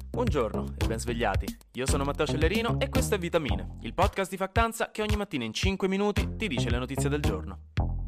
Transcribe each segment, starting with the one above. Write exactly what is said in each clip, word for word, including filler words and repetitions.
Buongiorno e ben svegliati. Io sono Matteo Cellerino e questo è Vitamine, il podcast di Factanza che ogni mattina in cinque minuti ti dice le notizie del giorno.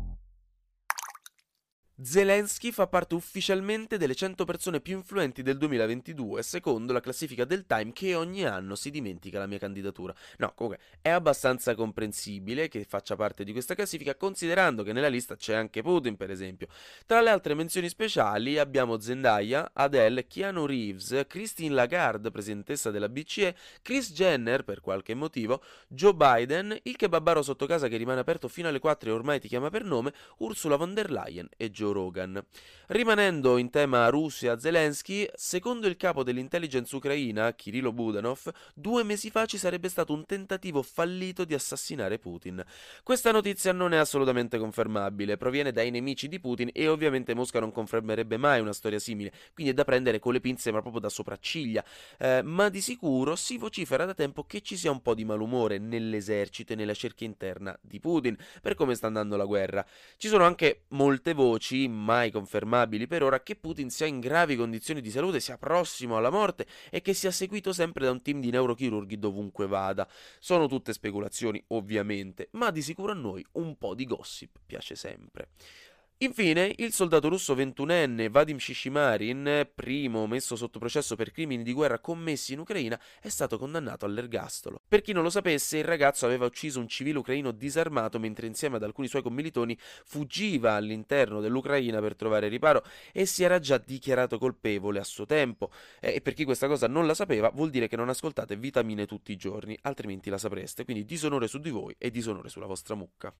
Zelensky fa parte ufficialmente delle cento persone più influenti del duemilaventidue, secondo la classifica del Time, che ogni anno si dimentica la mia candidatura. No, comunque, è abbastanza comprensibile che faccia parte di questa classifica, considerando che nella lista c'è anche Putin, per esempio. Tra le altre menzioni speciali abbiamo Zendaya, Adele, Keanu Reeves, Christine Lagarde, presidentessa della B C E, Kris Jenner, per qualche motivo, Joe Biden, il kebabaro sotto casa che rimane aperto fino alle quattro e ormai ti chiama per nome, Ursula von der Leyen e Joe Rogan. Rimanendo in tema Russia, Zelensky, secondo il capo dell'intelligence ucraina, Kirilo Budanov, due mesi fa ci sarebbe stato un tentativo fallito di assassinare Putin. Questa notizia non è assolutamente confermabile, proviene dai nemici di Putin e ovviamente Mosca non confermerebbe mai una storia simile, quindi è da prendere con le pinze ma proprio da sopracciglia. Eh, ma di sicuro si vocifera da tempo che ci sia un po' di malumore nell'esercito e nella cerchia interna di Putin per come sta andando la guerra. Ci sono anche molte voci, mai confermabili per ora, che Putin sia in gravi condizioni di salute, sia prossimo alla morte e che sia seguito sempre da un team di neurochirurghi dovunque vada. Sono tutte speculazioni, ovviamente, ma di sicuro a noi un po' di gossip piace sempre. Infine, il soldato russo ventunenne Vadim Shishimarin, primo messo sotto processo per crimini di guerra commessi in Ucraina, è stato condannato all'ergastolo. Per chi non lo sapesse, il ragazzo aveva ucciso un civile ucraino disarmato mentre insieme ad alcuni suoi commilitoni fuggiva all'interno dell'Ucraina per trovare riparo e si era già dichiarato colpevole a suo tempo. E per chi questa cosa non la sapeva, vuol dire che non ascoltate Vitamine tutti i giorni, altrimenti la sapreste. Quindi disonore su di voi e disonore sulla vostra mucca.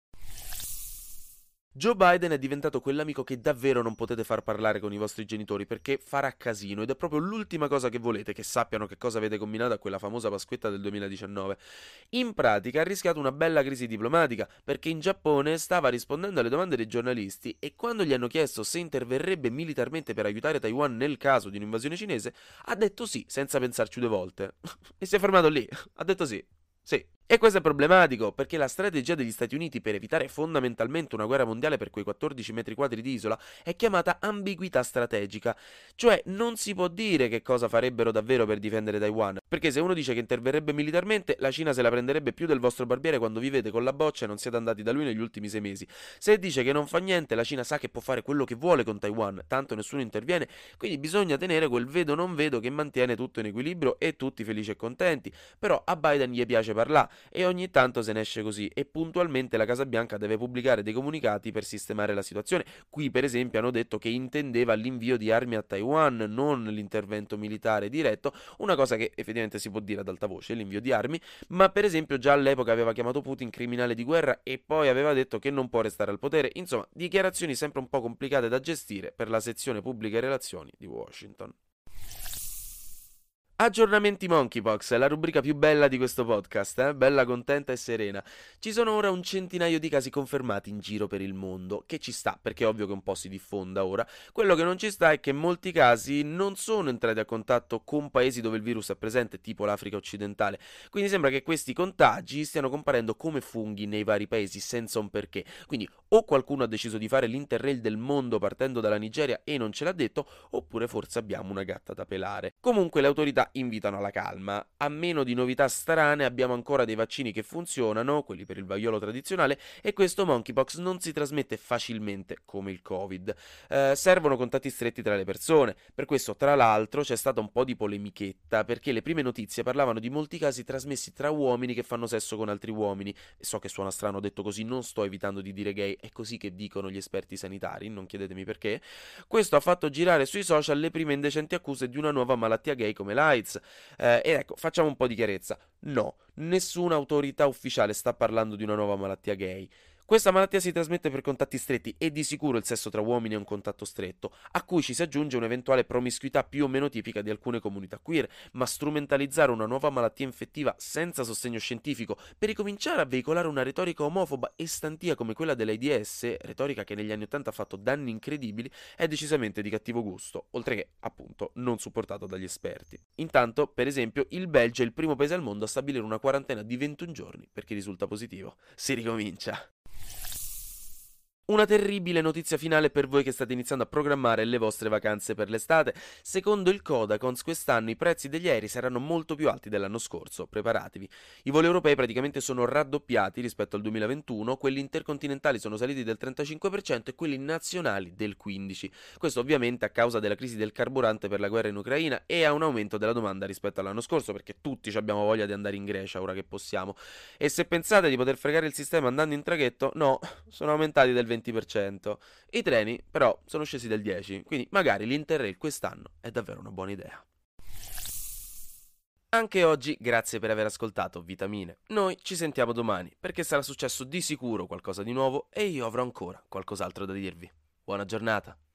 Joe Biden è diventato quell'amico che davvero non potete far parlare con i vostri genitori perché farà casino ed è proprio l'ultima cosa che volete, che sappiano che cosa avete combinato a quella famosa Pasquetta del duemiladiciannove. In pratica ha rischiato una bella crisi diplomatica perché in Giappone stava rispondendo alle domande dei giornalisti e quando gli hanno chiesto se interverrebbe militarmente per aiutare Taiwan nel caso di un'invasione cinese, ha detto sì, senza pensarci due volte. E si è fermato lì, ha detto sì. Sì. E questo è problematico, perché la strategia degli Stati Uniti per evitare fondamentalmente una guerra mondiale per quei quattordici metri quadri di isola è chiamata ambiguità strategica, cioè non si può dire che cosa farebbero davvero per difendere Taiwan, perché se uno dice che interverrebbe militarmente, la Cina se la prenderebbe più del vostro barbiere quando vivete con la boccia e non siete andati da lui negli ultimi sei mesi. Se dice che non fa niente, la Cina sa che può fare quello che vuole con Taiwan, tanto nessuno interviene, quindi bisogna tenere quel vedo non vedo che mantiene tutto in equilibrio e tutti felici e contenti, però a Biden gli piace parlare e ogni tanto se ne esce così e puntualmente la Casa Bianca deve pubblicare dei comunicati per sistemare la situazione. Qui per esempio hanno detto che intendeva l'invio di armi a Taiwan, non l'intervento militare diretto, una cosa che effettivamente si può dire ad alta voce, l'invio di armi, ma per esempio già all'epoca aveva chiamato Putin criminale di guerra e poi aveva detto che non può restare al potere. Insomma, dichiarazioni sempre un po' complicate da gestire per la sezione pubbliche relazioni di Washington. Aggiornamenti Monkeypox, la rubrica più bella di questo podcast, eh? Bella, contenta e serena. Ci sono ora un centinaio di casi confermati in giro per il mondo, che ci sta, perché è ovvio che un po' si diffonda ora. Quello che non ci sta è che molti casi non sono entrati a contatto con paesi dove il virus è presente, tipo l'Africa occidentale. Quindi sembra che questi contagi stiano comparendo come funghi nei vari paesi senza un perché. Quindi o qualcuno ha deciso di fare l'interrail del mondo partendo dalla Nigeria e non ce l'ha detto, oppure forse abbiamo una gatta da pelare. Comunque le autorità invitano alla calma. A meno di novità strane abbiamo ancora dei vaccini che funzionano, quelli per il vaiolo tradizionale, e questo monkeypox non si trasmette facilmente come il Covid. Eh, servono contatti stretti tra le persone. Per questo, tra l'altro, c'è stata un po' di polemichetta, perché le prime notizie parlavano di molti casi trasmessi tra uomini che fanno sesso con altri uomini. E so che suona strano detto così, non sto evitando di dire gay, è così che dicono gli esperti sanitari, non chiedetemi perché. Questo ha fatto girare sui social le prime indecenti accuse di una nuova malattia gay come l'AIDS. Eh, ed ecco, facciamo un po' di chiarezza. No, nessuna autorità ufficiale sta parlando di una nuova malattia gay. Questa malattia si trasmette per contatti stretti e di sicuro il sesso tra uomini è un contatto stretto, a cui ci si aggiunge un'eventuale promiscuità più o meno tipica di alcune comunità queer, ma strumentalizzare una nuova malattia infettiva senza sostegno scientifico per ricominciare a veicolare una retorica omofoba e stantia come quella dell'AIDS, retorica che negli anni ottanta ha fatto danni incredibili, è decisamente di cattivo gusto, oltre che, appunto, non supportato dagli esperti. Intanto, per esempio, il Belgio è il primo paese al mondo a stabilire una quarantena di ventuno giorni per chi risulta positivo. Si ricomincia. Una terribile notizia finale per voi che state iniziando a programmare le vostre vacanze per l'estate. Secondo il Codacons quest'anno i prezzi degli aerei saranno molto più alti dell'anno scorso, preparatevi. I voli europei praticamente sono raddoppiati rispetto al duemilaventuno, quelli intercontinentali sono saliti del trentacinque per cento e quelli nazionali del quindici per cento. Questo ovviamente a causa della crisi del carburante per la guerra in Ucraina e a un aumento della domanda rispetto all'anno scorso, perché tutti abbiamo voglia di andare in Grecia ora che possiamo. E se pensate di poter fregare il sistema andando in traghetto, no, sono aumentati del venti per cento. I treni però sono scesi del dieci per cento, quindi magari l'Interrail quest'anno è davvero una buona idea. Anche oggi grazie per aver ascoltato Vitamine. Noi ci sentiamo domani perché sarà successo di sicuro qualcosa di nuovo e io avrò ancora qualcos'altro da dirvi. Buona giornata.